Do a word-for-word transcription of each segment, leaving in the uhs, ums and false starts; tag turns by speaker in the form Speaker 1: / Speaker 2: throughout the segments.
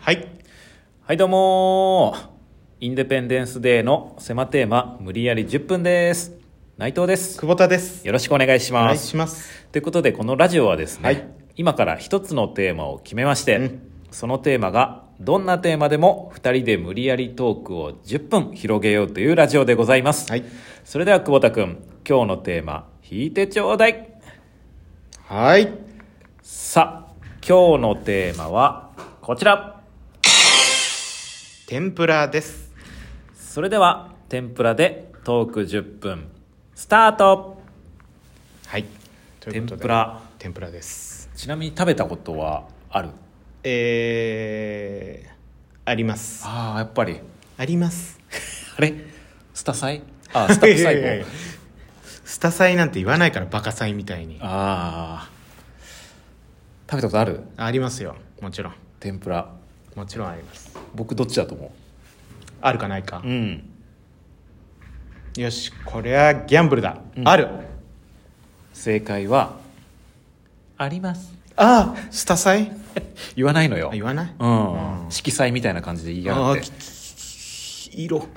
Speaker 1: はい
Speaker 2: はいどうもインデペンデンスデーの狭テーマ無理やりじゅっぷんです。内藤です。
Speaker 1: 久保田です。
Speaker 2: よろしくお願いします。
Speaker 1: お願いします。
Speaker 2: ということでこのラジオはですね、
Speaker 1: はい、
Speaker 2: 今から一つのテーマを決めまして、うん、そのテーマがどんなテーマでもふたりで無理やりトークをじゅっぷん広げようというラジオでございます、
Speaker 1: はい、
Speaker 2: それでは久保田くん、今日のテーマ引いてちょうだい。
Speaker 1: はい。
Speaker 2: さあ今日のテーマはこちら、
Speaker 1: 天ぷらです。
Speaker 2: それでは天ぷらでトークじゅっぷんスタート。
Speaker 1: はい、ということで
Speaker 2: 天ぷら
Speaker 1: 天ぷらです。
Speaker 2: ちなみに食べたことはある？
Speaker 1: えー、あります。
Speaker 2: ああやっぱり
Speaker 1: あります
Speaker 2: あれスタサイあスタッフ最高
Speaker 1: スタサイなんて言わないからバカサイみたいに。
Speaker 2: ああ食べたことある？
Speaker 1: ありますよ、もちろん。
Speaker 2: 天ぷら
Speaker 1: もちろんあります。
Speaker 2: 僕どっちだと思う？
Speaker 1: あるかないか。
Speaker 2: うん
Speaker 1: よし、これはギャンブルだ、うん、ある。
Speaker 2: 正解はあります。
Speaker 1: ああスタサイ
Speaker 2: 言わないのよ。
Speaker 1: 言わない、
Speaker 2: うん、うん、色彩みたいな感じで言いやがって。
Speaker 1: 色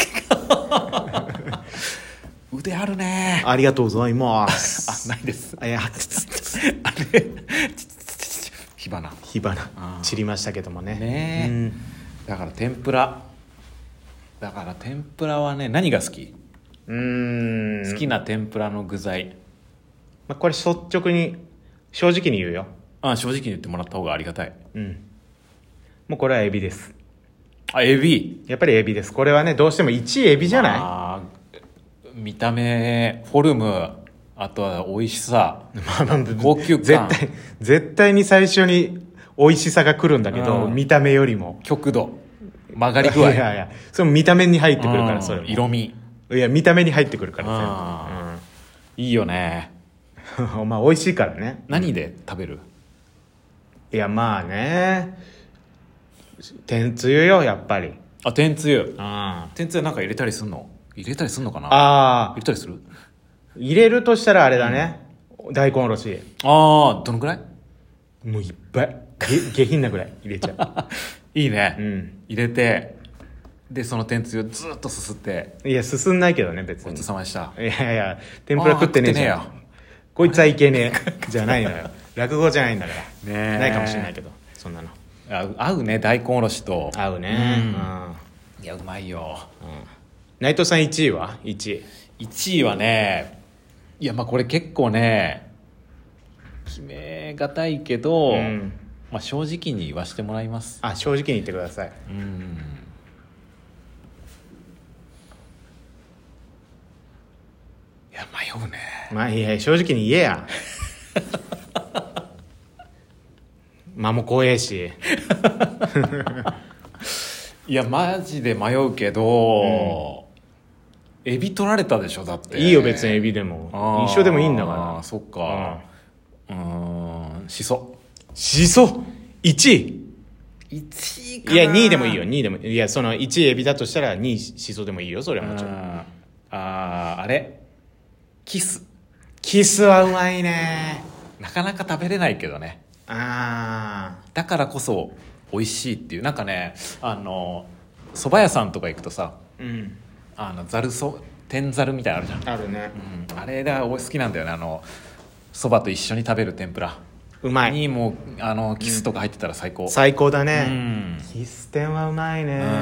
Speaker 2: 腕あるね。
Speaker 1: ありがとうございます
Speaker 2: あないです。
Speaker 1: あいやあ
Speaker 2: れ火花
Speaker 1: 火花散りましたけどもね。
Speaker 2: ねえ、うん、だから天ぷらだから天ぷらはね、何が好き？うーん好きな天ぷらの具材、
Speaker 1: まあ、これ率直に正直に言うよ。
Speaker 2: ああ正直に言ってもらった方がありがたい。
Speaker 1: うんもうこれはエビです。
Speaker 2: あエビ
Speaker 1: やっぱりエビです。これはねどうしてもいちいエビじゃない？
Speaker 2: あ見た目フォルムあとは美味しさ、まあまあ、高級感
Speaker 1: 絶対絶対に最初に美味しさが来るんだけど、うん、見た目よりも
Speaker 2: 極度曲がり具合
Speaker 1: いやいやそれも見た目に入ってくるから、それも
Speaker 2: 色味
Speaker 1: いや見た目に入ってくるから全部、
Speaker 2: うん、いいよね
Speaker 1: まあ美味しいからね。
Speaker 2: 何で食べる？
Speaker 1: いやまあね天つゆよやっぱり。
Speaker 2: あ天つゆ。
Speaker 1: あ
Speaker 2: 天つゆなんか入れたりすんの？入れたりすんのかな。
Speaker 1: あ
Speaker 2: 入れたりする？
Speaker 1: 入れるとしたらあれだね、うん、大根おろし。
Speaker 2: ああどのくらい？
Speaker 1: もういっぱい下品なぐらい入れちゃう
Speaker 2: いいね、
Speaker 1: うん、
Speaker 2: 入れてでその天つゆずっとすすって。
Speaker 1: いやすすんないけどね別に。
Speaker 2: ごちそうさまでした。
Speaker 1: いやいや天ぷら食ってねえじゃん。こいつはいけねえじゃないのよ落語じゃないんだからね。ないかもしれないけどそんなの
Speaker 2: あ合うね、大根おろしと
Speaker 1: 合うね、うん
Speaker 2: うん、いやうまいよ、
Speaker 1: うん、内藤さんいちいは？ いち 位
Speaker 2: いちいはね、いやまあこれ結構ね決めがたいけど、うんまあ、正直に言わせてもらいます。
Speaker 1: あ正直に言ってください。
Speaker 2: うんいや迷うね。
Speaker 1: まあいや正直に言えや間も怖えし
Speaker 2: いやマジで迷うけど、うん、エビ取られたでしょ。だって
Speaker 1: いいよ別にエビでも一緒でもいいんだから。
Speaker 2: あそっか、うん、うんしそ
Speaker 1: しそいちい
Speaker 2: いちいかな。
Speaker 1: いやにいでもいいよにいでもいやそのいちいエビだとしたらにいしそでもいいよそれはもちろん。
Speaker 2: あああれキス
Speaker 1: キスはうまいね。
Speaker 2: なかなか食べれないけどね。
Speaker 1: あ
Speaker 2: だからこそ美味しいっていう。なんかねあの蕎麦屋さんとか行くとさ、
Speaker 1: うん、
Speaker 2: あのざるそ天ざるみたいなのあるじゃん。
Speaker 1: あるね、
Speaker 2: うん、あれが好きなんだよね。あの蕎麦と一緒に食べる天ぷら
Speaker 1: うまい
Speaker 2: にもうあのキスとか入ってたら最高、うん、
Speaker 1: 最高だね、
Speaker 2: うん、
Speaker 1: キス天はうまいね、うん、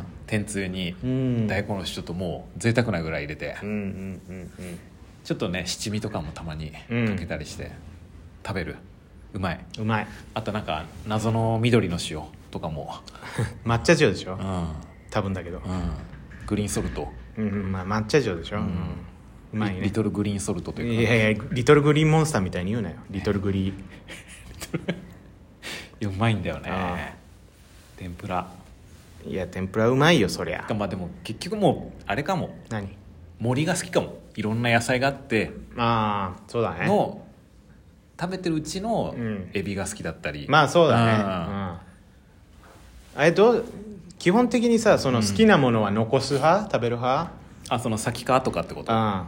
Speaker 2: 天つゆに大根おろしちょっともう贅沢なぐらい入れて、うんうんうんうん、ちょっとね七味とかもたまにかけたりして食べる、うまいう
Speaker 1: まい。
Speaker 2: あとなんか謎の緑の塩とかも
Speaker 1: 抹茶塩でしょ、
Speaker 2: うん、
Speaker 1: 多分だけど、うん、
Speaker 2: グリーンソルト、
Speaker 1: うんまあ、抹茶塩でしょ、うん、うまいね。
Speaker 2: リトルグリーンソルトというか、
Speaker 1: いやいやリトルグリーンモンスターみたいに言うなよ。リトルグリーン
Speaker 2: いやうまいんだよね天ぷら。
Speaker 1: いや天ぷらうまいよそりゃ。
Speaker 2: まあでも結局もうあれかも。
Speaker 1: 何？
Speaker 2: 森が好きかも。いろんな野菜があって
Speaker 1: ああそうだね
Speaker 2: の食べてるうちのエビが好きだったり、
Speaker 1: うん、まあそうだね、うん、あれどう基本的にさその好きなものは残す派、うん、食べる派？
Speaker 2: あその先か後かってこと？あ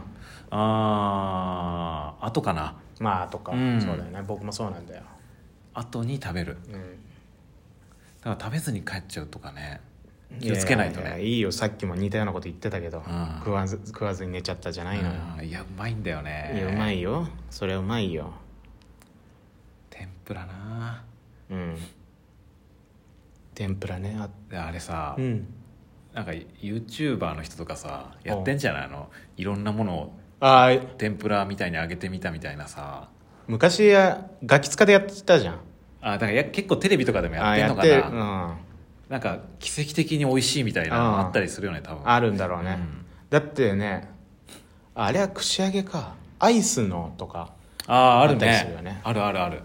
Speaker 2: あ後かな。
Speaker 1: まあ後か、うん、そうだよね。僕もそうなんだよ。
Speaker 2: 後に食べる、うん、 だから食べずに帰っちゃうとかね、気をつけないとね。
Speaker 1: いやいやいいよ、さっきも似たようなこと言ってたけど、
Speaker 2: うん、
Speaker 1: 食わず食わずに寝ちゃったじゃないのよ、
Speaker 2: うん、いやうまいんだよね。
Speaker 1: いやうまいよ、それはうまいよ。
Speaker 2: 天ぷらな、
Speaker 1: うん、天ぷらね。 あ,
Speaker 2: であれさ、
Speaker 1: うん、
Speaker 2: なんか YouTuber の人とかさやってんじゃないの、いろんなものを
Speaker 1: あ
Speaker 2: 天ぷらみたいに揚げてみたみたいなさ。
Speaker 1: 昔やガキ使でやってたじゃん。
Speaker 2: あだからや結構テレビとかでもやってんのかな。
Speaker 1: あやってる、うん、
Speaker 2: なんか奇跡的に美味しいみたいなのあったりするよね多分。
Speaker 1: あるんだろうね、
Speaker 2: うん、
Speaker 1: だってね、あれは串揚げか、アイスのとか
Speaker 2: ああある
Speaker 1: あったりす
Speaker 2: ね
Speaker 1: るよね。
Speaker 2: あるあるある。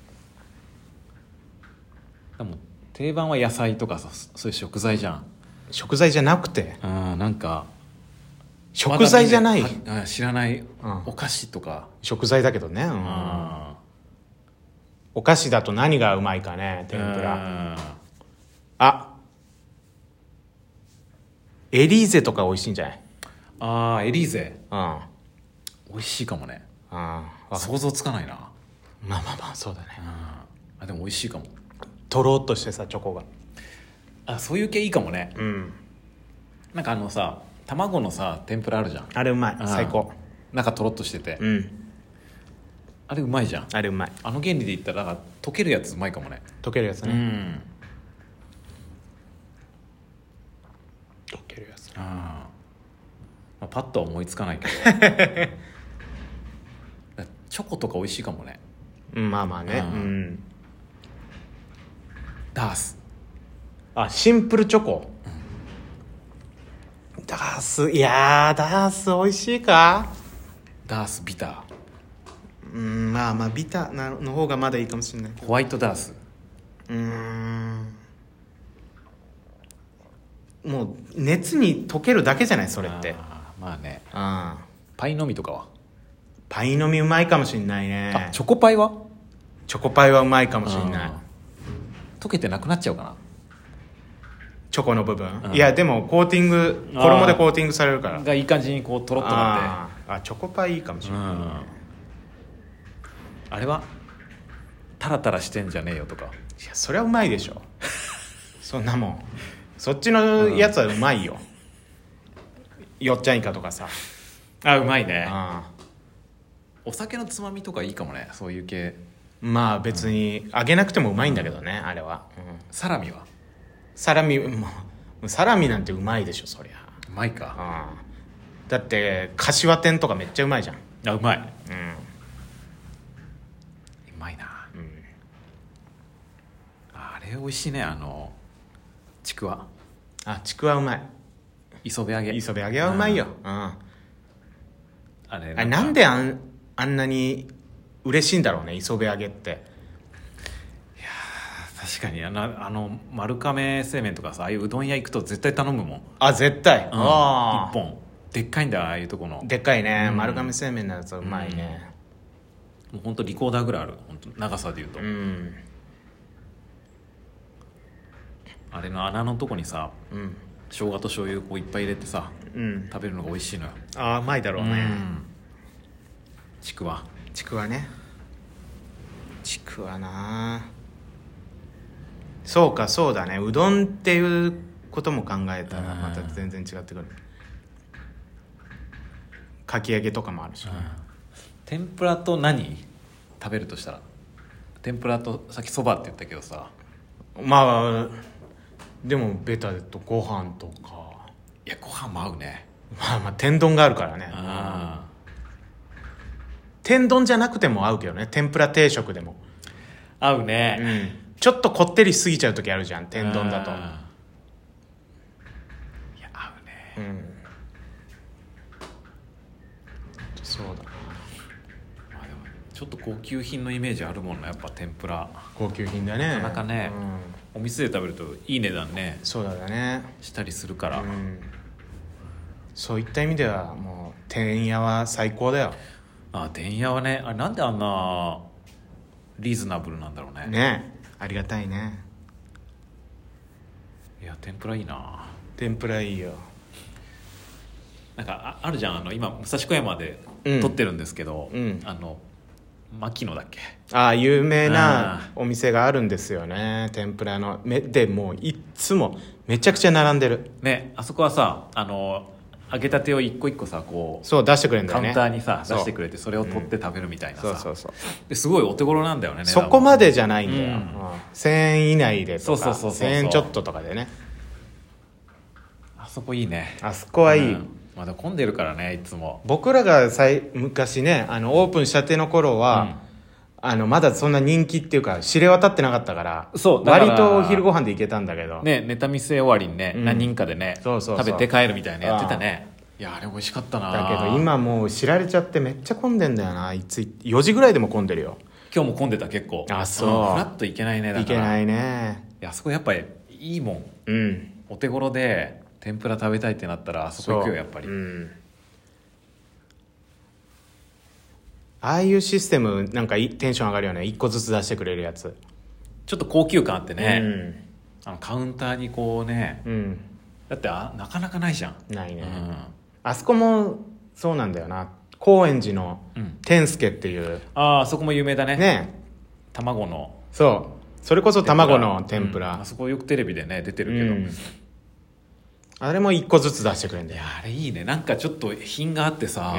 Speaker 2: でも定番は野菜とかさ、そういう食材じゃん。
Speaker 1: 食材じゃなくて、
Speaker 2: あなんか
Speaker 1: 食材じゃない、
Speaker 2: まだ知らない、
Speaker 1: うん、
Speaker 2: お菓子とか。
Speaker 1: 食材だけどね、うん、お菓子だと何がうまいかね、天ぷら。あエリーゼとか美味しいんじゃない？
Speaker 2: あーエリーゼ、
Speaker 1: うん、
Speaker 2: 美味しいかもね。
Speaker 1: あ
Speaker 2: 想像つかないな。
Speaker 1: まあまあまあそうだね。
Speaker 2: あでも美味しいかも。
Speaker 1: とろっとしてさ、チョコが。
Speaker 2: あそういう系いいかもね。
Speaker 1: うん、
Speaker 2: なんかあのさ卵のさ天ぷらあるじゃん。
Speaker 1: あれうまい、最高。
Speaker 2: なんかとろっとしてて、
Speaker 1: うん、
Speaker 2: あれうまいじゃん。
Speaker 1: あれうまい。
Speaker 2: あの原理で言ったらなんか溶けるやつうまいかもね。
Speaker 1: 溶けるやつね、
Speaker 2: うん、
Speaker 1: 溶けるやつ、
Speaker 2: あ、まあ、パッとは思いつかないけどチョコとか美味しいかもね。
Speaker 1: うん、まあまあね、
Speaker 2: う
Speaker 1: うんん、
Speaker 2: ダース。
Speaker 1: あシンプルチョコ、うん、ダース、いやーダース美味しいか。
Speaker 2: ダースビター。
Speaker 1: うん、まあまあビターの方がまだいいかもしれない。
Speaker 2: ホワイトダース。
Speaker 1: うーん、もう熱に溶けるだけじゃないそれって。
Speaker 2: あまあね。
Speaker 1: あ
Speaker 2: パイの実とかは。
Speaker 1: パイの実うまいかもしれないね。
Speaker 2: あチョコパイは。
Speaker 1: チョコパイはうまいかもしれない。
Speaker 2: 溶けてなくなっちゃうかな、
Speaker 1: チョコの部分、
Speaker 2: うん、
Speaker 1: いやでもコーティング、衣でコーティングされるから
Speaker 2: がいい感じにこうとろっとなって。
Speaker 1: ああチョコパイいいかもしれない、うん、
Speaker 2: あれはタラタラしてんじゃねえよとか。
Speaker 1: いやそれはうまいでしょそんなもんそっちのやつはうまいよ、うん、よっちゃんイカとかさ。
Speaker 2: あうまいね。
Speaker 1: あ
Speaker 2: お酒のつまみとかいいかもね、そういう系。
Speaker 1: まあ別に揚げなくてもうまいんだけどね、うん、あれは、うん、
Speaker 2: サラミは。
Speaker 1: サラミもうサラミなんてうまいでしょそりゃ。
Speaker 2: うまいか。
Speaker 1: あだって柏天とかめっちゃうまいじゃん。
Speaker 2: あうまい、うん、うまいな、うん、あれ美味しいね、あのちくわ。
Speaker 1: あちくわうまい。
Speaker 2: 磯辺揚げ。
Speaker 1: 磯辺揚げはうまいよ、うん、あ
Speaker 2: れなん
Speaker 1: あれなんであんあんなに嬉しいんだろうね、磯辺揚げって。いや
Speaker 2: 確かにあのあの丸亀製麺とかさ、ああいううどん屋行くと絶対頼むもん。
Speaker 1: あ絶対、
Speaker 2: うん、
Speaker 1: あ
Speaker 2: 一本でっかいんだよ、ああいうとこの。
Speaker 1: でっかいね、うん、丸亀製麺のやつはうまいね、
Speaker 2: うん、もうほんとリコーダーぐらいある、本当長さでいうと、うん、あれの穴のとこにさ、うん、生姜と醤油こういっぱい入れてさ、うん、食べるのが美味しいのよ。
Speaker 1: ああうまいだろうね、うん、
Speaker 2: ちくわ。
Speaker 1: ちくわね、ちくわな。そうかそうだね、うどんっていうことも考えたらまた全然違ってくる。かき揚げとかもあるし、ね、
Speaker 2: 天ぷらと何食べるとしたら。天ぷらとさっきそばって言ったけどさ、
Speaker 1: まあでもベタとご飯とか。
Speaker 2: いやご飯も合うね。
Speaker 1: まあまあ天丼があるからね。あ天丼じゃなくても合うけどね、天ぷら定食でも
Speaker 2: 合うね、
Speaker 1: うん、ちょっとこってりしすぎちゃう時あるじゃん天丼だと。いや
Speaker 2: 合うね、うん、
Speaker 1: そうだな。
Speaker 2: まあでもちょっと高級品のイメージあるもんな、やっぱ天ぷら。
Speaker 1: 高級品だね、
Speaker 2: なかなかね、うん、お店で食べるといい値段ね、
Speaker 1: そうだね
Speaker 2: したりするから、うん、
Speaker 1: そういった意味ではもう天屋は最高だよ。
Speaker 2: あ天屋はね、あれなんであんなリーズナブルなんだろうね。
Speaker 1: ねありがたいね。
Speaker 2: いや天ぷらいいな。
Speaker 1: 天ぷらいいよ。
Speaker 2: なんか あ, あるじゃん、あの今武蔵小山で撮ってるんですけど、うん、あの牧野だっけ。
Speaker 1: ああ有名なお店があるんですよね、天ぷらの。めでもういっつもめちゃくちゃ並んでる
Speaker 2: ね。あそこはさ、あの揚げたてを一個一個さこう
Speaker 1: そう出してくれるんだよね、
Speaker 2: カウンターにさ出してくれて、それを取って食べるみたいなさ、
Speaker 1: そうそうそう
Speaker 2: ですごいお手頃なんだよね。
Speaker 1: そこまでじゃないんだよ、
Speaker 2: うん
Speaker 1: うん、せんえん以内でとか
Speaker 2: そうそうそうそう
Speaker 1: せんえんちょっととかでね。
Speaker 2: あそこいいね。
Speaker 1: あそこはいい、うん、
Speaker 2: まだ混んでるからねいつも。
Speaker 1: 僕らが最昔ねあのオープンしたての頃は、うん、あのまだそんな人気っていうか知れ渡ってなかったから、
Speaker 2: そうだから
Speaker 1: 割とお昼ご飯で行けたんだけど
Speaker 2: ね、ネタ見せ終わりにね、うん、何人かでね
Speaker 1: そうそうそう
Speaker 2: 食べて帰るみたいなやってたね。いやあれ美味しかったな。
Speaker 1: だけど今もう知られちゃってめっちゃ混んでんだよな。いつよじぐらいでも混んでるよ。
Speaker 2: 今日も混んでた結構。
Speaker 1: あそう、
Speaker 2: うん、フラッと行けないね。だから
Speaker 1: 行けないね。
Speaker 2: いやあそこやっぱりいいもん、
Speaker 1: うん、
Speaker 2: お手頃で天ぷら食べたいってなったらあそこ行くよやっぱり。
Speaker 1: うん、ああいうシステムなんかテンション上がるよね。いっこずつ出してくれるやつ
Speaker 2: ちょっと高級感あってね、
Speaker 1: うん、
Speaker 2: あのカウンターにこうね、
Speaker 1: うん、
Speaker 2: だってあなかなかないじゃん。
Speaker 1: ないね、
Speaker 2: うん、
Speaker 1: あそこもそうなんだよな。高円寺の天助っていう、うん、
Speaker 2: ああそこも有名だね。
Speaker 1: ね
Speaker 2: 卵の
Speaker 1: そうそれこそ卵の天ぷら、
Speaker 2: うん、あそこよくテレビでね出てるけど、うん、
Speaker 1: あれもいっこずつ出してくれるんだよ。
Speaker 2: いやあれいいね。なんかちょっと品があってさ、うん、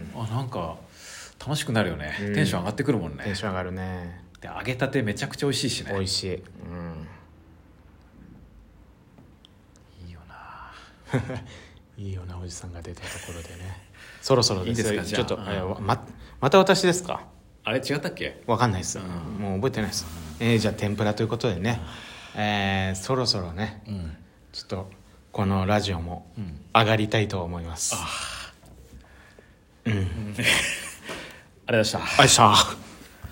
Speaker 2: あなんか楽しくなるよね、うん、テンション上がってくるもんね。
Speaker 1: テンション上がるね。
Speaker 2: で揚げたてめちゃくちゃ美味しいしね。
Speaker 1: 美味しい、うん、
Speaker 2: いいよない
Speaker 1: いよなおじさんが出たところでねそろそろです。
Speaker 2: いいですか。
Speaker 1: ちょっと、
Speaker 2: うん、
Speaker 1: ま, また私ですか。
Speaker 2: あれ違ったっけ。
Speaker 1: わかんないです、うん、もう覚えてないです、うん、えー、じゃあ天ぷらということでね、うん、えー、そろそろね、うん、ちょっとこのラジオも上がりたいと思います、
Speaker 2: うん、あ
Speaker 1: うん、
Speaker 2: ありがとうございました。
Speaker 1: ありがとうございました。